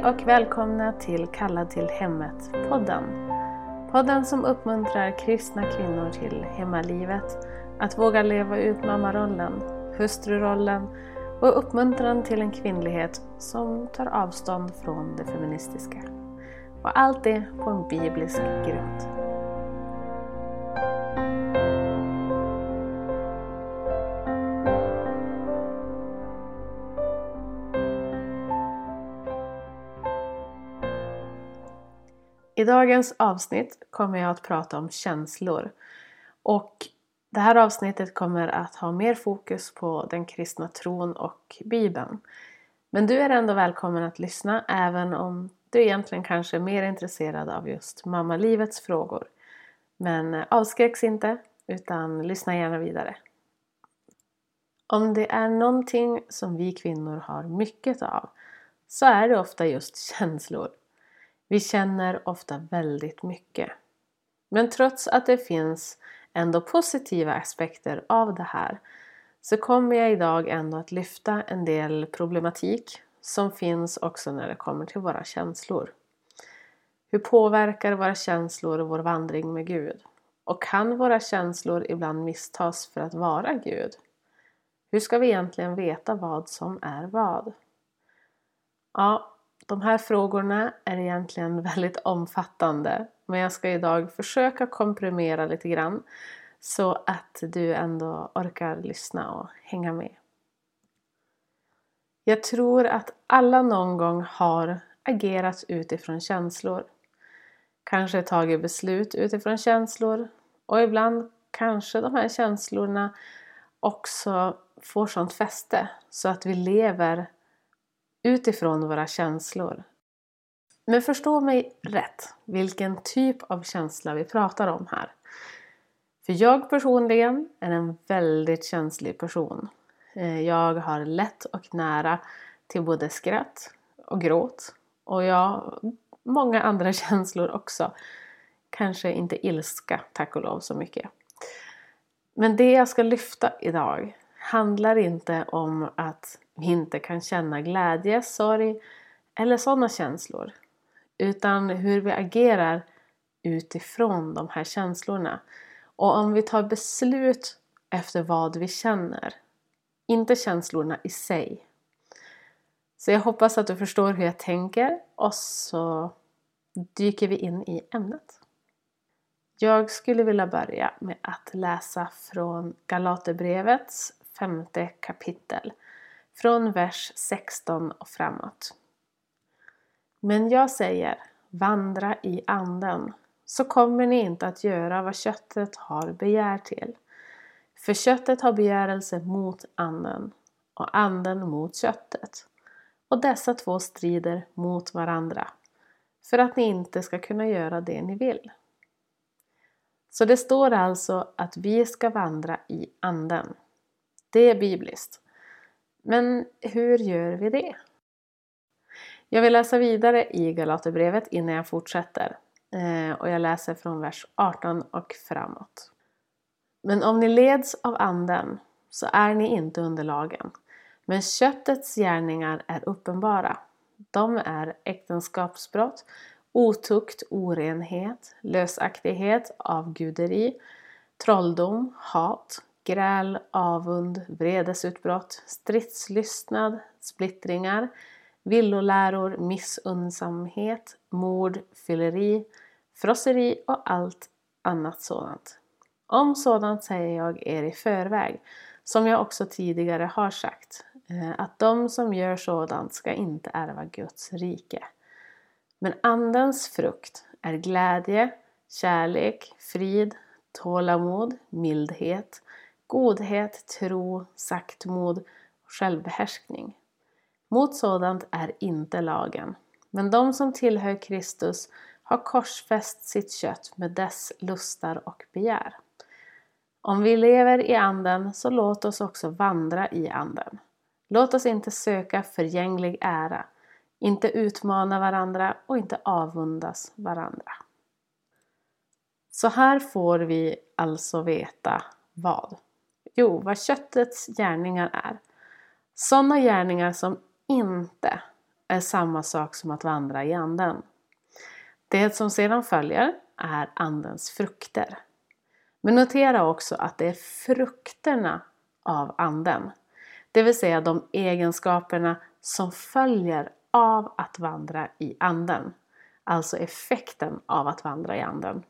och välkomna till Kallad till hemmet-podden. Podden som uppmuntrar kristna kvinnor till hemmalivet, att våga leva ut mammarollen, hustrurollen och uppmuntran till en kvinnlighet som tar avstånd från det feministiska. Och allt det på en biblisk grund. I dagens avsnitt kommer jag att prata om känslor. Och det här avsnittet kommer att ha mer fokus på den kristna tron och Bibeln. Men du är ändå välkommen att lyssna även om du egentligen kanske är mer intresserad av just mammalivets frågor. Men avskräcks inte utan lyssna gärna vidare. Om det är någonting som vi kvinnor har mycket av så är det ofta just känslor. Vi känner ofta väldigt mycket. Men trots att det finns ändå positiva aspekter av det här så kommer jag idag ändå att lyfta en del problematik som finns också när det kommer till våra känslor. Hur påverkar våra känslor vår vandring med Gud? Och kan våra känslor ibland misstas för att vara Gud? Hur ska vi egentligen veta vad som är vad? Ja, de här frågorna är egentligen väldigt omfattande, men jag ska idag försöka komprimera lite grann så att du ändå orkar lyssna och hänga med. Jag tror att alla någon gång har agerat utifrån känslor. Kanske tagit beslut utifrån känslor och ibland kanske de här känslorna också får sånt fäste så att vi lever utifrån våra känslor. Men förstå mig rätt vilken typ av känsla vi pratar om här. För jag personligen är en väldigt känslig person. Jag har lätt och nära till både skratt och gråt. Och jag har många andra känslor också. Kanske inte ilska, tack och lov, så mycket. Men det jag ska lyfta idag handlar inte om att vi inte kan känna glädje, sorg eller sådana känslor. Utan hur vi agerar utifrån de här känslorna. Och om vi tar beslut efter vad vi känner. Inte känslorna i sig. Så jag hoppas att du förstår hur jag tänker. Och så dyker vi in i ämnet. Jag skulle vilja börja med att läsa från Galaterbrevets 5:e kapitel. Från vers 16 och framåt. Men jag säger, vandra i anden, så kommer ni inte att göra vad köttet har begär till. För köttet har begärelse mot anden och anden mot köttet. Och dessa två strider mot varandra, för att ni inte ska kunna göra det ni vill. Så det står alltså att vi ska vandra i anden. Det är bibliskt. Men hur gör vi det? Jag vill läsa vidare i Galaterbrevet innan jag fortsätter. Och jag läser från vers 18 och framåt. Men om ni leds av anden så är ni inte under lagen. Men köttets gärningar är uppenbara. De är äktenskapsbrott, otukt, orenhet, lösaktighet, avguderi, trolldom, hat, gräl, avund, vredesutbrott, stridslystnad, splittringar, villoläror, missundsamhet, mord, fylleri, frosseri och allt annat sådant. Om sådant säger jag er i förväg, som jag också tidigare har sagt, att de som gör sådant ska inte ärva Guds rike. Men andens frukt är glädje, kärlek, frid, tålamod, mildhet, godhet, tro, saktmod och självbehärskning. Mot sådant är inte lagen. Men de som tillhör Kristus har korsfäst sitt kött med dess lustar och begär. Om vi lever i anden så låt oss också vandra i anden. Låt oss inte söka förgänglig ära, inte utmana varandra och inte avundas varandra. Så här får vi alltså veta vad? Jo, vad köttets gärningar är. Sådana gärningar som inte är samma sak som att vandra i anden. Det som sedan följer är andens frukter. Men notera också att det är frukterna av anden. Det vill säga de egenskaperna som följer av att vandra i anden. Alltså effekten av att vandra i anden.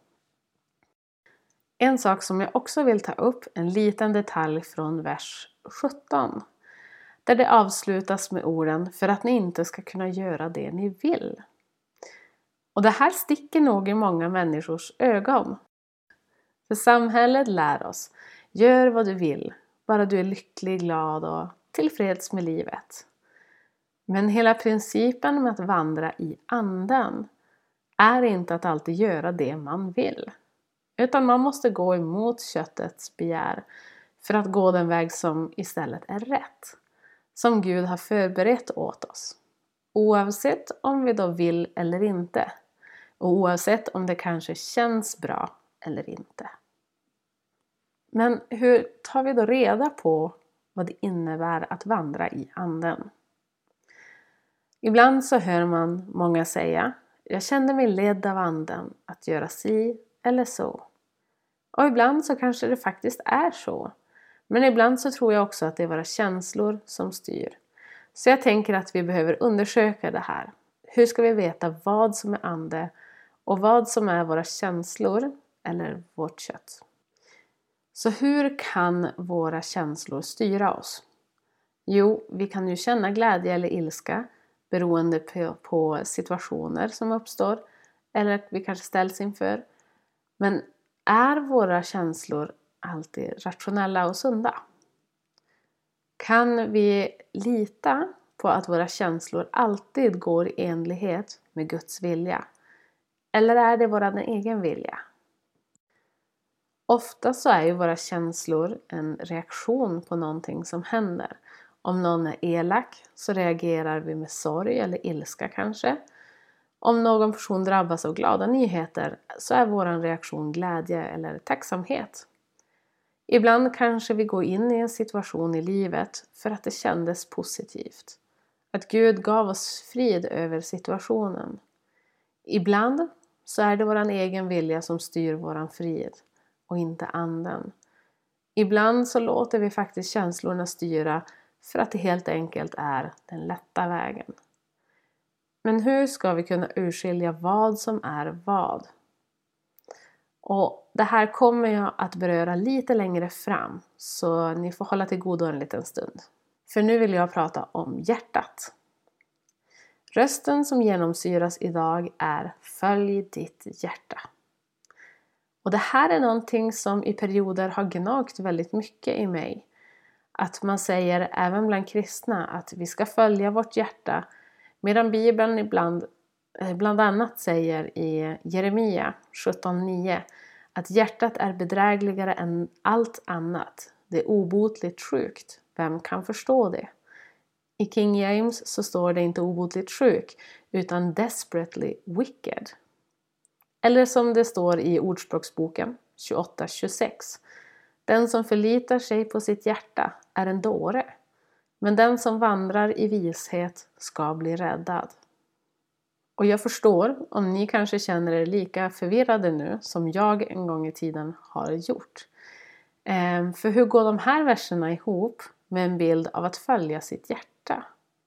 En sak som jag också vill ta upp, en liten detalj från vers 17. Där det avslutas med orden för att ni inte ska kunna göra det ni vill. Och det här sticker nog i många människors ögon. För samhället lär oss, gör vad du vill, bara du är lycklig, glad och tillfreds med livet. Men hela principen med att vandra i anden är inte att alltid göra det man vill. Utan man måste gå emot köttets begär för att gå den väg som istället är rätt. Som Gud har förberett åt oss. Oavsett om vi då vill eller inte. Och oavsett om det kanske känns bra eller inte. Men hur tar vi då reda på vad det innebär att vandra i anden? Ibland så hör man många säga, jag kände mig ledd av anden att göra si eller så. Och ibland så kanske det faktiskt är så. Men ibland så tror jag också att det är våra känslor som styr. Så jag tänker att vi behöver undersöka det här. Hur ska vi veta vad som är ande och vad som är våra känslor eller vårt kött? Så hur kan våra känslor styra oss? Jo, vi kan ju känna glädje eller ilska beroende på situationer som uppstår. Eller vi kanske ställs inför. Men är våra känslor alltid rationella och sunda? Kan vi lita på att våra känslor alltid går i enlighet med Guds vilja? Eller är det vår egen vilja? Ofta så är ju våra känslor en reaktion på någonting som händer. Om någon är elak så reagerar vi med sorg eller ilska kanske. Om någon person drabbas av glada nyheter så är vår reaktion glädje eller tacksamhet. Ibland kanske vi går in i en situation i livet för att det kändes positivt. Att Gud gav oss frid över situationen. Ibland så är det vår egen vilja som styr vår frid och inte anden. Ibland så låter vi faktiskt känslorna styra för att det helt enkelt är den lätta vägen. Men hur ska vi kunna urskilja vad som är vad? Och det här kommer jag att beröra lite längre fram, så ni får hålla till godo en liten stund. För nu vill jag prata om hjärtat. Rösten som genomsyras idag är följ ditt hjärta. Och det här är någonting som i perioder har gnagt väldigt mycket i mig. Att man säger även bland kristna att vi ska följa vårt hjärta. Medan Bibeln bland annat säger i Jeremia 17:9 att hjärtat är bedrägligare än allt annat. Det är obotligt sjukt. Vem kan förstå det? I King James så står det inte obotligt sjuk utan desperately wicked. Eller som det står i Ordspråksboken 28:26. Den som förlitar sig på sitt hjärta är en dåre. Men den som vandrar i vishet ska bli räddad. Och jag förstår om ni kanske känner er lika förvirrade nu som jag en gång i tiden har gjort. För hur går de här verserna ihop med en bild av att följa sitt hjärta?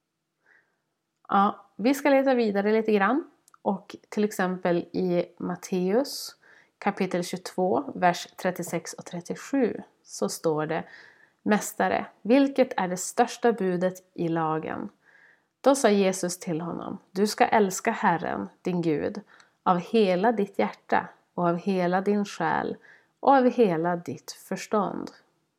Ja, vi ska leta vidare lite grann. Och till exempel i Matteus kapitel 22, vers 36 och 37 så står det: Mästare, vilket är det största budet i lagen? Då sa Jesus till honom: Du ska älska Herren, din Gud, av hela ditt hjärta och av hela din själ och av hela ditt förstånd.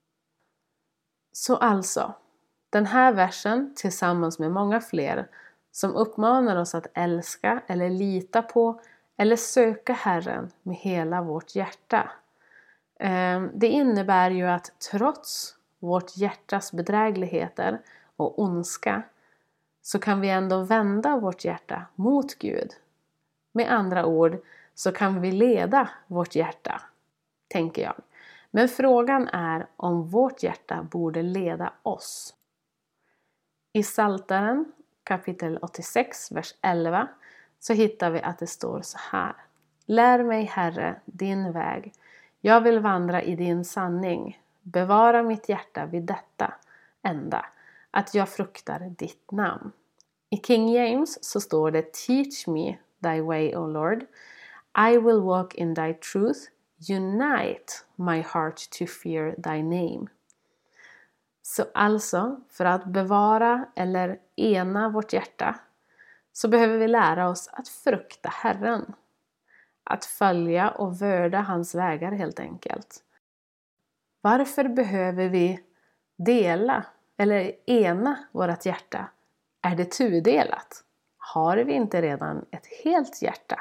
Så alltså, den här versen tillsammans med många fler som uppmanar oss att älska eller lita på eller söka Herren med hela vårt hjärta. Det innebär ju att trots vårt hjärtas bedrägligheter och ondska så kan vi ändå vända vårt hjärta mot Gud. Med andra ord så kan vi leda vårt hjärta, tänker jag. Men frågan är om vårt hjärta borde leda oss. I Psaltaren kapitel 86, vers 11 så hittar vi att det står så här. Lär mig, Herre, din väg. Jag vill vandra i din sanning. Bevara mitt hjärta vid detta enda, att jag fruktar ditt namn. I King James så står det Teach me thy way, O Lord. I will walk in thy truth. Unite my heart to fear thy name. Så alltså, för att bevara eller ena vårt hjärta så behöver vi lära oss att frukta Herren. Att följa och vörda hans vägar helt enkelt. Varför behöver vi dela eller ena vårt hjärta? Är det tudelat? Har vi inte redan ett helt hjärta?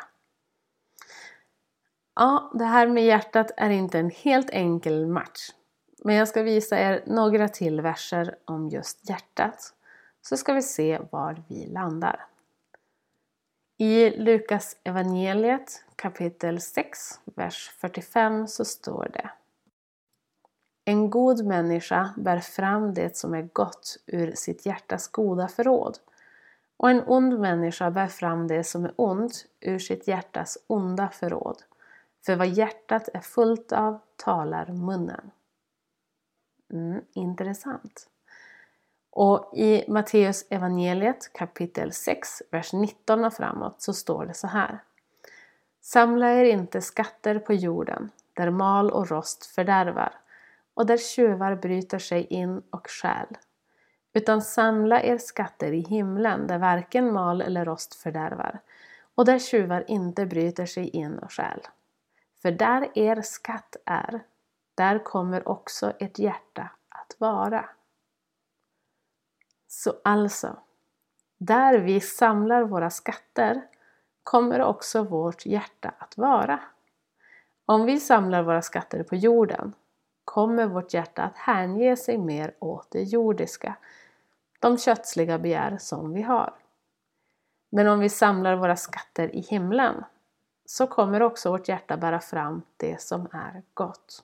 Ja, det här med hjärtat är inte en helt enkel match. Men jag ska visa er några till verser om just hjärtat. Så ska vi se var vi landar. I Lukas evangeliet kapitel 6, vers 45 så står det. En god människa bär fram det som är gott ur sitt hjärtas goda förråd. Och en ond människa bär fram det som är ont ur sitt hjärtas onda förråd. För vad hjärtat är fullt av talar munnen. Intressant. Och i Matteus evangeliet kapitel 6, vers 19 och framåt så står det så här. Samla er inte skatter på jorden, där mal och rost fördärvar, och där tjuvar bryter sig in och stjäl. Utan samla er skatter i himlen, där varken mal eller rost fördärvar, och där tjuvar inte bryter sig in och stjäl. För där er skatt är, där kommer också ert hjärta att vara. Så alltså, där vi samlar våra skatter kommer också vårt hjärta att vara. Om vi samlar våra skatter på jorden kommer vårt hjärta att hänge sig mer åt det jordiska, de kötsliga begär som vi har. Men om vi samlar våra skatter i himlen så kommer också vårt hjärta bära fram det som är gott.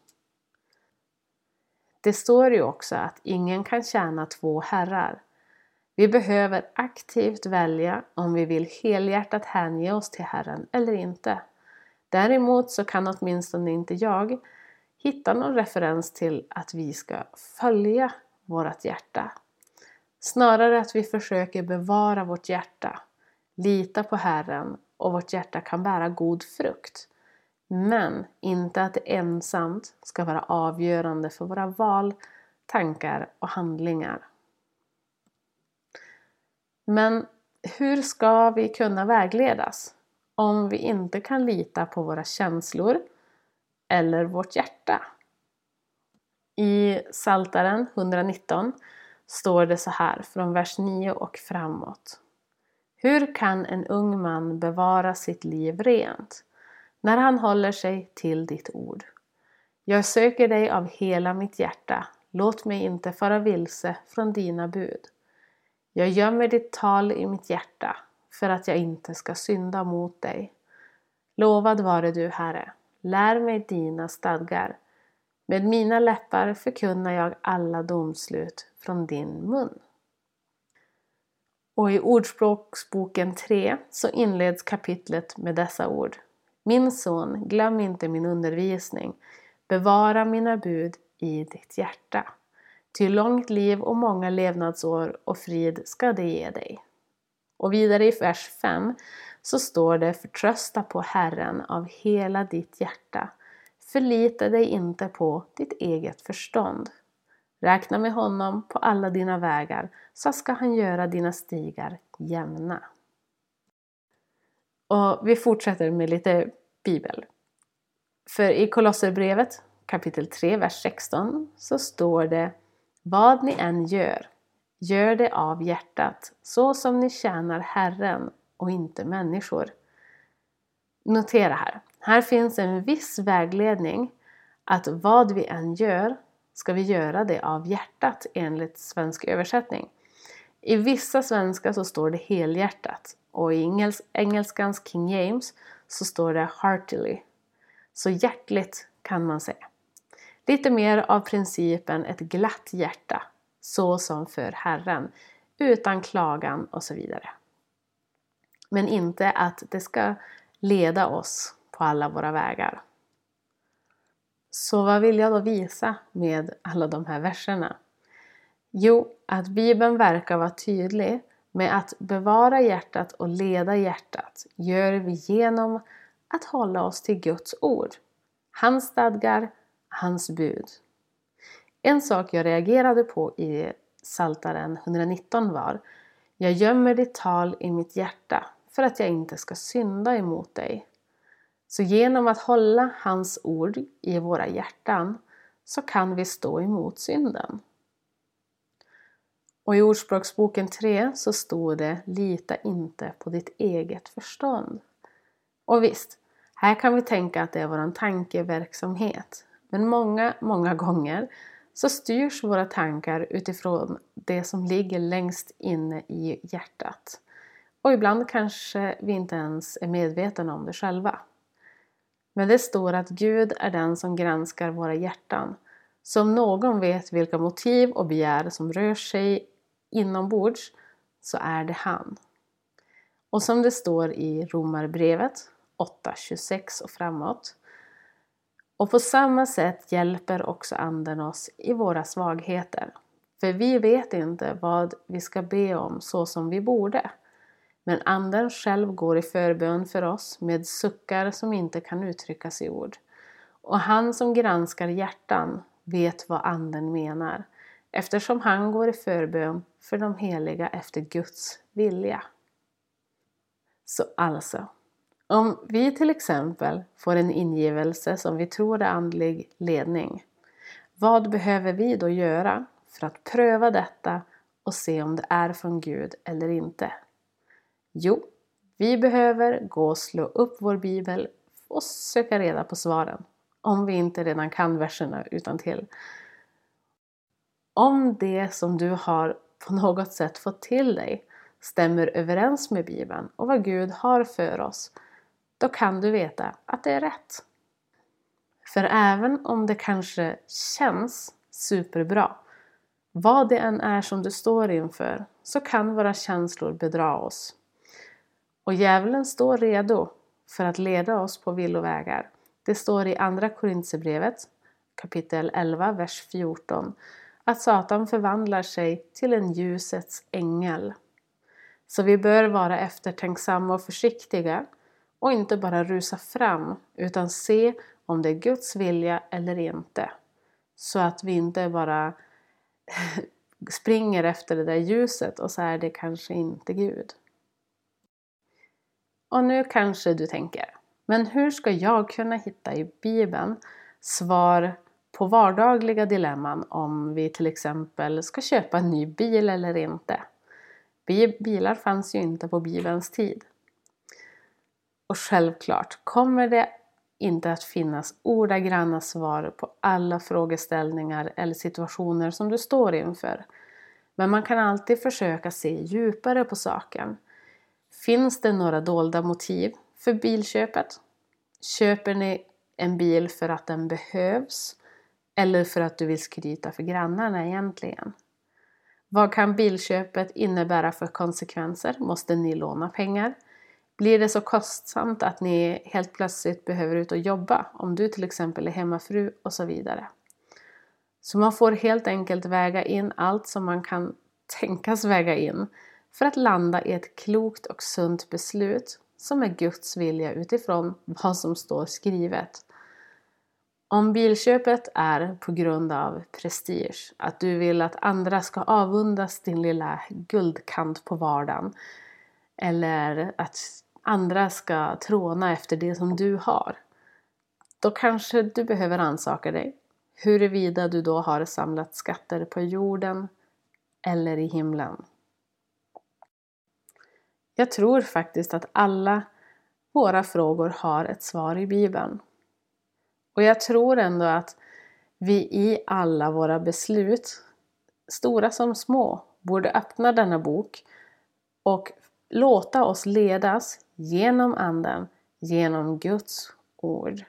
Det står ju också att ingen kan tjäna två herrar. Vi behöver aktivt välja om vi vill helhjärtat hänge oss till Herren eller inte. Däremot så kan åtminstone inte jag hitta någon referens till att vi ska följa vårt hjärta. Snarare att vi försöker bevara vårt hjärta, lita på Herren och vårt hjärta kan bära god frukt. Men inte att det ensamt ska vara avgörande för våra val, tankar och handlingar. Men hur ska vi kunna vägledas om vi inte kan lita på våra känslor eller vårt hjärta? I Psaltaren 119 står det så här från vers 9 och framåt. Hur kan en ung man bevara sitt liv rent när han håller sig till ditt ord? Jag söker dig av hela mitt hjärta, låt mig inte fara vilse från dina bud. Jag gömmer ditt tal i mitt hjärta för att jag inte ska synda mot dig. Lovad vare du, Herre, lär mig dina stadgar. Med mina läppar förkunnar jag alla domslut från din mun. Och i Ordspråksboken 3 så inleds kapitlet med dessa ord. Min son, glöm inte min undervisning. Bevara mina bud i ditt hjärta. Ty långt liv och många levnadsår och frid ska det ge dig. Och vidare i vers 5 så står det förtrösta på Herren av hela ditt hjärta. Förlita dig inte på ditt eget förstånd. Räkna med honom på alla dina vägar så ska han göra dina stigar jämna. Och vi fortsätter med lite bibel. För i Kolosserbrevet kapitel 3 vers 16 så står det vad ni än gör, gör det av hjärtat så som ni tjänar Herren och inte människor. Notera här. Här finns en viss vägledning att vad vi än gör ska vi göra det av hjärtat enligt svensk översättning. I vissa svenska så står det helhjärtat och i engelskans King James så står det heartily. Så hjärtligt kan man säga. Lite mer av principen ett glatt hjärta, så som för Herren. utan klagan och så vidare. Men inte att det ska leda oss på alla våra vägar. Så vad vill jag då visa med alla de här verserna? Jo, att Bibeln verkar vara tydlig med att bevara hjärtat och leda hjärtat gör vi genom att hålla oss till Guds ord. Hans stadgar, hans bud. En sak jag reagerade på i Psaltaren 119 var: jag gömmer ditt tal i mitt hjärta för att jag inte ska synda emot dig. Så genom att hålla hans ord i våra hjärtan så kan vi stå emot synden. Och i Ordspråksboken 3 så stod det: lita inte på ditt eget förstånd. Och visst, här kan vi tänka att det är vår tankeverksamhet. Men många gånger så styrs våra tankar utifrån det som ligger längst inne i hjärtat. Och ibland kanske vi inte ens är medvetna om det själva. Men det står att Gud är den som granskar våra hjärtan. Så om någon vet vilka motiv och begär som rör sig inombords så är det han. Och som det står i Romarbrevet 8:26 och framåt: och på samma sätt hjälper också anden oss i våra svagheter. För vi vet inte vad vi ska be om så som vi borde. Men anden själv går i förbön för oss med suckar som inte kan uttryckas i ord. Och han som granskar hjärtan vet vad anden menar, eftersom han går i förbön för de heliga efter Guds vilja. Så alltså, om vi till exempel får en ingivelse som vi tror är andlig ledning, vad behöver vi då göra för att pröva detta och se om det är från Gud eller inte? Jo, vi behöver gå och slå upp vår bibel och söka reda på svaren, om vi inte redan kan verserna utantill. Om det som du har på något sätt fått till dig stämmer överens med Bibeln och vad Gud har för oss, då kan du veta att det är rätt. För även om det kanske känns superbra, vad det än är som du står inför, så kan våra känslor bedra oss. Och djävulen står redo för att leda oss på villovägar. Det står i andra Korinthierbrevet kapitel 11, vers 14, att Satan förvandlar sig till en ljusets ängel. Så vi bör vara eftertänksamma och försiktiga och inte bara rusa fram, utan se om det är Guds vilja eller inte. Så att vi inte bara springer efter det där ljuset och så är det kanske inte Gud. Och nu kanske du tänker: men hur ska jag kunna hitta i Bibeln svar på vardagliga dilemman om vi till exempel ska köpa en ny bil eller inte? Bilar fanns ju inte på Bibelns tid. Och självklart kommer det inte att finnas ordagranna svar på alla frågeställningar eller situationer som du står inför. Men man kan alltid försöka se djupare på saken. Finns det några dolda motiv för bilköpet? Köper ni en bil för att den behövs eller för att du vill skryta för grannarna egentligen? Vad kan bilköpet innebära för konsekvenser? Måste ni låna pengar? Blir det så kostsamt att ni helt plötsligt behöver ut och jobba om du till exempel är hemmafru och så vidare? Så man får helt enkelt väga in allt som man kan tänkas väga in för att landa i ett klokt och sunt beslut som är Guds vilja utifrån vad som står skrivet. Om bilköpet är på grund av prestige, att du vill att andra ska avundas din lilla guldkant på vardagen, eller att andra ska tråna efter det som du har, då kanske du behöver rannsaka dig huruvida du då har samlat skatter på jorden eller i himlen. Jag tror faktiskt att alla våra frågor har ett svar i Bibeln. Och jag tror ändå att vi i alla våra beslut, stora som små, borde öppna denna bok och låta oss ledas genom anden, genom Guds ord.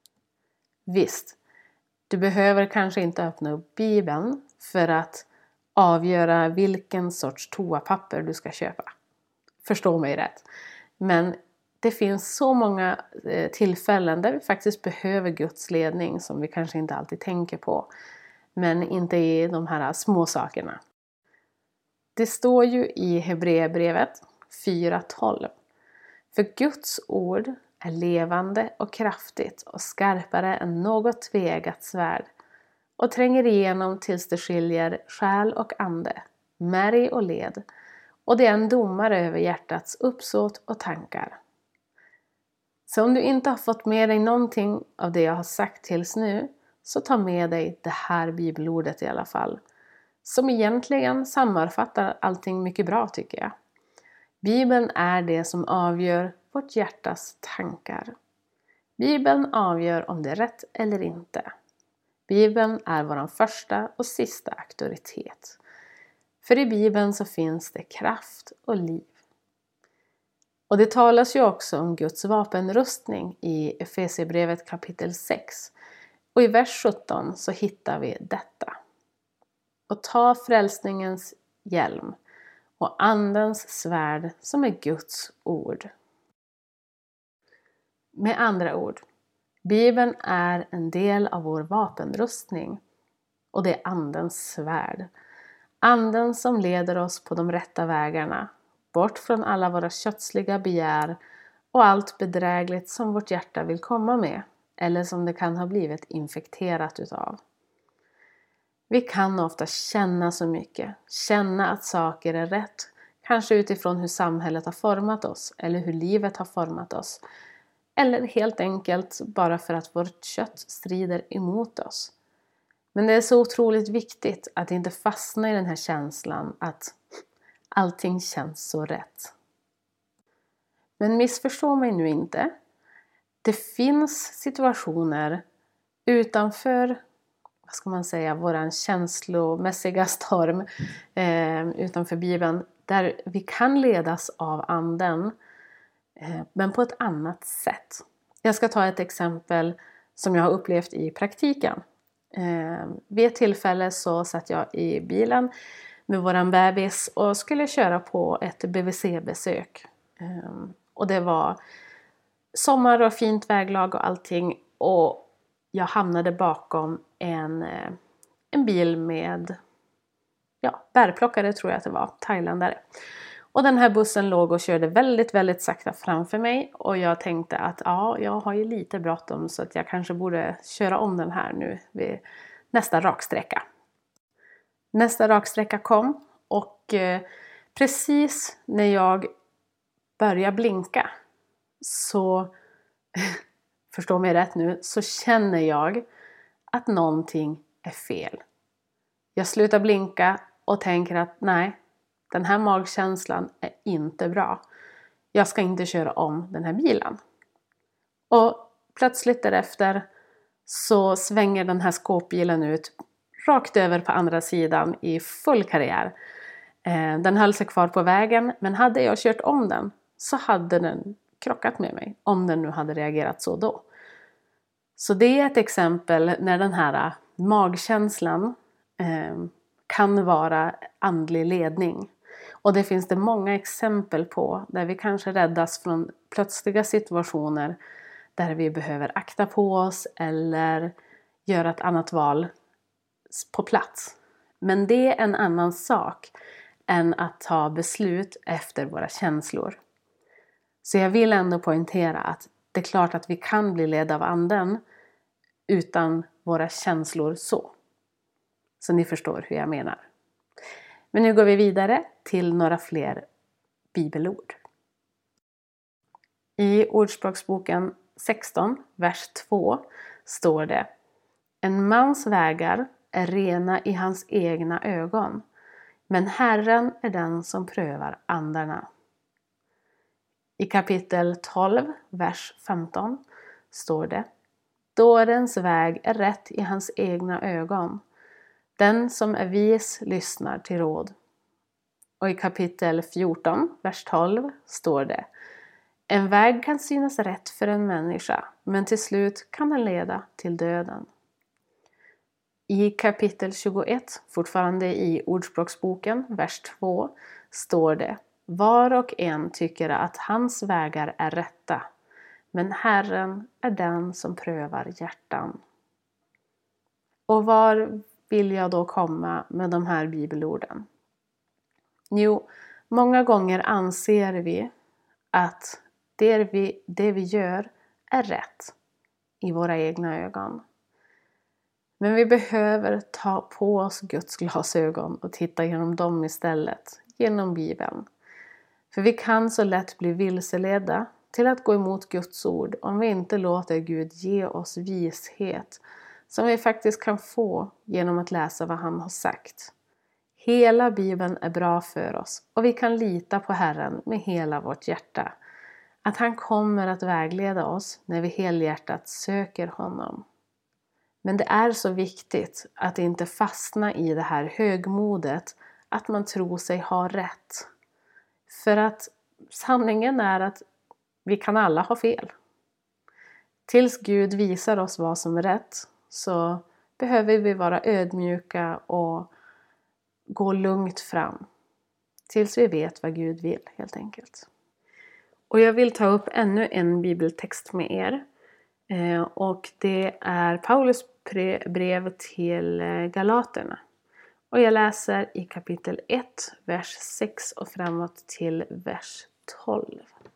Visst, du behöver kanske inte öppna upp Bibeln för att avgöra vilken sorts toapapper du ska köpa. Förstå mig rätt. Men det finns så många tillfällen där vi faktiskt behöver Guds ledning som vi kanske inte alltid tänker på. Men inte i de här små sakerna. Det står ju i Hebreerbrevet 4:12. För Guds ord är levande och kraftigt och skarpare än något tveeggat svärd och tränger igenom tills det skiljer själ och ande, märg och led, och det är en domare över hjärtats uppsåt och tankar. Så om du inte har fått med dig någonting av det jag har sagt tills nu, så ta med dig det här bibelordet i alla fall, som egentligen sammanfattar allting mycket bra tycker jag. Bibeln är det som avgör vårt hjärtas tankar. Bibeln avgör om det är rätt eller inte. Bibeln är vår första och sista auktoritet. För i Bibeln så finns det kraft och liv. Och det talas ju också om Guds vapenrustning i Efesierbrevet kapitel 6. Och i vers 17 så hittar vi detta. Och ta frälsningens hjälm och andens svärd som är Guds ord. Med andra ord, Bibeln är en del av vår vapenrustning och det är andens svärd. Anden som leder oss på de rätta vägarna, bort från alla våra kötsliga begär och allt bedrägligt som vårt hjärta vill komma med eller som det kan ha blivit infekterat utav. Vi kan ofta känna så mycket, känna att saker är rätt, kanske utifrån hur samhället har format oss eller hur livet har format oss. Eller helt enkelt bara för att vårt kött strider emot oss. Men det är så otroligt viktigt att inte fastna i den här känslan att allting känns så rätt. Men missförstå mig nu inte. Det finns situationer utanför, vad ska man säga, våran känslomässiga storm utanför Bibeln, där vi kan ledas av anden, men på ett annat sätt. Jag ska ta ett exempel som jag har upplevt i praktiken. Vid ett tillfälle så satt jag i bilen med våran bebis och skulle köra på ett BVC-besök. Och det var sommar och fint väglag och allting, och jag hamnade bakom en bil med bärplockare, tror jag att det var, thailändare. Och den här bussen låg och körde väldigt, väldigt sakta framför mig. Och jag tänkte att jag har ju lite bråttom så att jag kanske borde köra om den här nu vid nästa raksträcka. Nästa raksträcka kom och precis när jag börjar blinka så, förstå mig rätt nu, så känner jag att någonting är fel. Jag slutar blinka och tänker att nej, den här magkänslan är inte bra. Jag ska inte köra om den här bilen. Och plötsligt därefter så svänger den här skåpbilen ut rakt över på andra sidan i full karriär. Den höll sig kvar på vägen, men hade jag kört om den så hade den krockat med mig, om den nu hade reagerat så då. Så det är ett exempel när den här magkänslan kan vara andlig ledning. Och det finns det många exempel på där vi kanske räddas från plötsliga situationer där vi behöver akta på oss eller göra ett annat val på plats. Men det är en annan sak än att ta beslut efter våra känslor. Så jag vill ändå poängtera att det är klart att vi kan bli ledda av anden utan våra känslor så. Så ni förstår hur jag menar. Men nu går vi vidare till några fler bibelord. I Ordspråksboken 16, vers 2 står det: en mans vägar är rena i hans egna ögon, men Herren är den som prövar andarna. I kapitel 12, vers 15 står det: dårens väg är rätt i hans egna ögon. Den som är vis lyssnar till råd. Och i kapitel 14, vers 12 står det: en väg kan synas rätt för en människa, men till slut kan den leda till döden. I kapitel 21, fortfarande i Ordspråksboken, vers 2, står det: var och en tycker att hans vägar är rätta, men Herren är den som prövar hjärtan. Och var vill jag då komma med de här bibelorden? Jo, många gånger anser vi att det vi gör är rätt i våra egna ögon. Men vi behöver ta på oss Guds glasögon och titta genom dem istället, genom Bibeln. För vi kan så lätt bli vilseledda till att gå emot Guds ord om vi inte låter Gud ge oss vishet som vi faktiskt kan få genom att läsa vad han har sagt. Hela Bibeln är bra för oss och vi kan lita på Herren med hela vårt hjärta. Att han kommer att vägleda oss när vi helhjärtat söker honom. Men det är så viktigt att inte fastna i det här högmodet att man tror sig ha rätt. För att sanningen är att vi kan alla ha fel. Tills Gud visar oss vad som är rätt så behöver vi vara ödmjuka och gå lugnt fram. Tills vi vet vad Gud vill helt enkelt. Och jag vill ta upp ännu en bibeltext med er. Och det är Paulus brev till Galaterna. Och jag läser i kapitel 1, vers 6 och framåt till vers 12.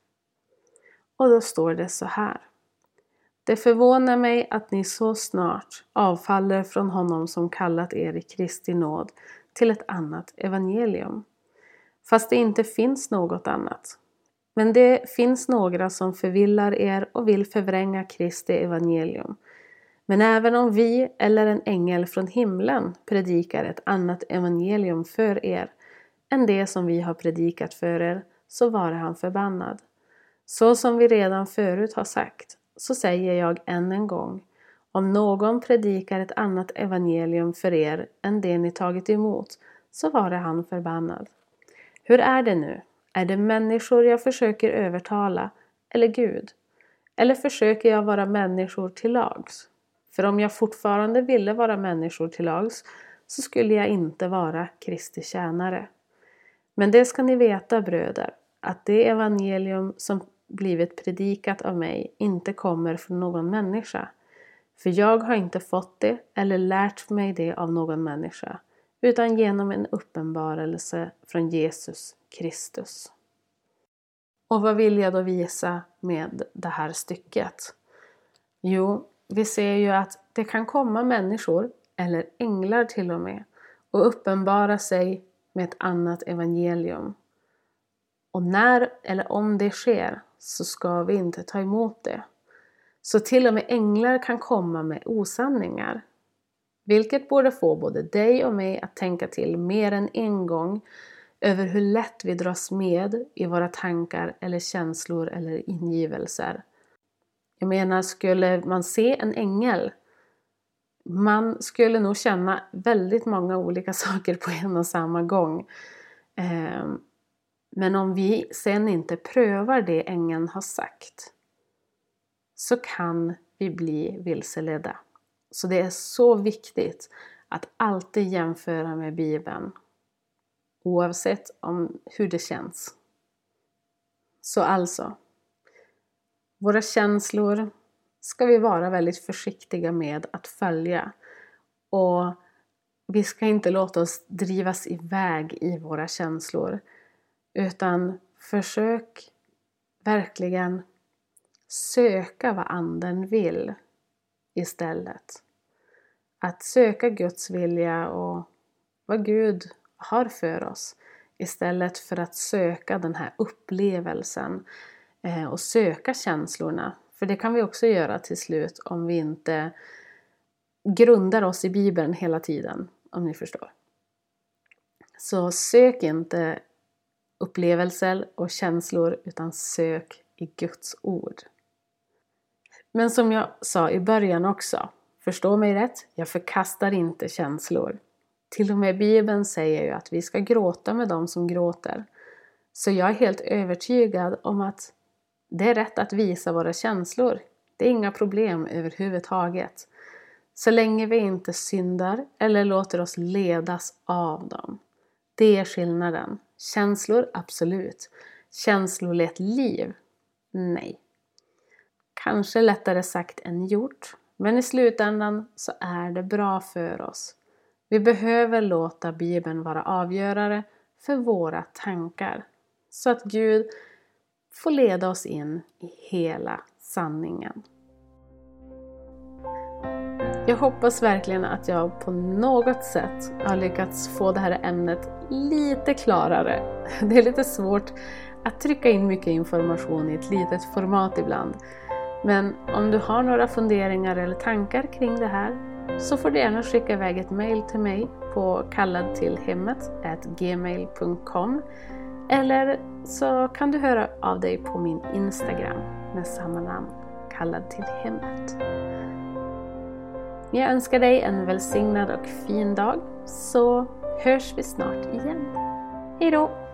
Och då står det så här: det förvånar mig att ni så snart avfaller från honom som kallat er i Kristi nåd till ett annat evangelium. Fast det inte finns något annat. Men det finns några som förvillar er och vill förvränga Kristi evangelium. Men även om vi eller en ängel från himlen predikar ett annat evangelium för er än det som vi har predikat för er, så var han förbannad. Så som vi redan förut har sagt, så säger jag än en gång: om någon predikar ett annat evangelium för er än det ni tagit emot, så var han förbannad. Hur är det nu? Är det människor jag försöker övertala, eller Gud? Eller försöker jag vara människor till lags? För om jag fortfarande ville vara människor till lags, så skulle jag inte vara Kristi tjänare. Men det ska ni veta, bröder, att det evangelium som blivit predikat av mig inte kommer från någon människa. För jag har inte fått det eller lärt mig det av någon människa, utan genom en uppenbarelse från Jesus Kristus. Och vad vill jag då visa med det här stycket? Jo, vi ser ju att det kan komma människor, eller änglar till och med, och uppenbara sig med ett annat evangelium. Och när eller om det sker så ska vi inte ta emot det. Så till och med änglar kan komma med osanningar. Vilket borde få både dig och mig att tänka till mer än en gång över hur lätt vi dras med i våra tankar eller känslor eller ingivelser. Jag menar, skulle man se en ängel, man skulle nog känna väldigt många olika saker på en och samma gång. Men om vi sen inte prövar det ängeln har sagt, så kan vi bli vilseledda. Så det är så viktigt att alltid jämföra med Bibeln, oavsett hur det känns. Så alltså, våra känslor ska vi vara väldigt försiktiga med att följa. Och vi ska inte låta oss drivas iväg i våra känslor. Utan försök verkligen söka vad anden vill istället. Att söka Guds vilja och vad Gud har för oss. Istället för att söka den här upplevelsen och söka känslorna. För det kan vi också göra till slut om vi inte grundar oss i Bibeln hela tiden, om ni förstår. Så sök inte upplevelser och känslor, utan sök i Guds ord. Men som jag sa i början också, förstå mig rätt, jag förkastar inte känslor. Till och med Bibeln säger ju att vi ska gråta med dem som gråter. Så jag är helt övertygad om att det är rätt att visa våra känslor. Det är inga problem överhuvudtaget. Så länge vi inte syndar eller låter oss ledas av dem. Det är skillnaden. Känslor, absolut. Känslolett liv? Nej. Kanske lättare sagt än gjort. Men i slutändan så är det bra för oss. Vi behöver låta Bibeln vara avgörare för våra tankar. Så att Gud får leda oss in i hela sanningen. Jag hoppas verkligen att jag på något sätt har lyckats få det här ämnet lite klarare. Det är lite svårt att trycka in mycket information i ett litet format ibland. Men om du har några funderingar eller tankar kring det här så får du gärna skicka iväg ett mejl till mig på kalladtillhemmet@gmail.com eller så kan du höra av dig på min Instagram med samma namn, Kallad till hemmet. Jag önskar dig en välsignad och fin dag, så hörs vi snart igen. Hej då!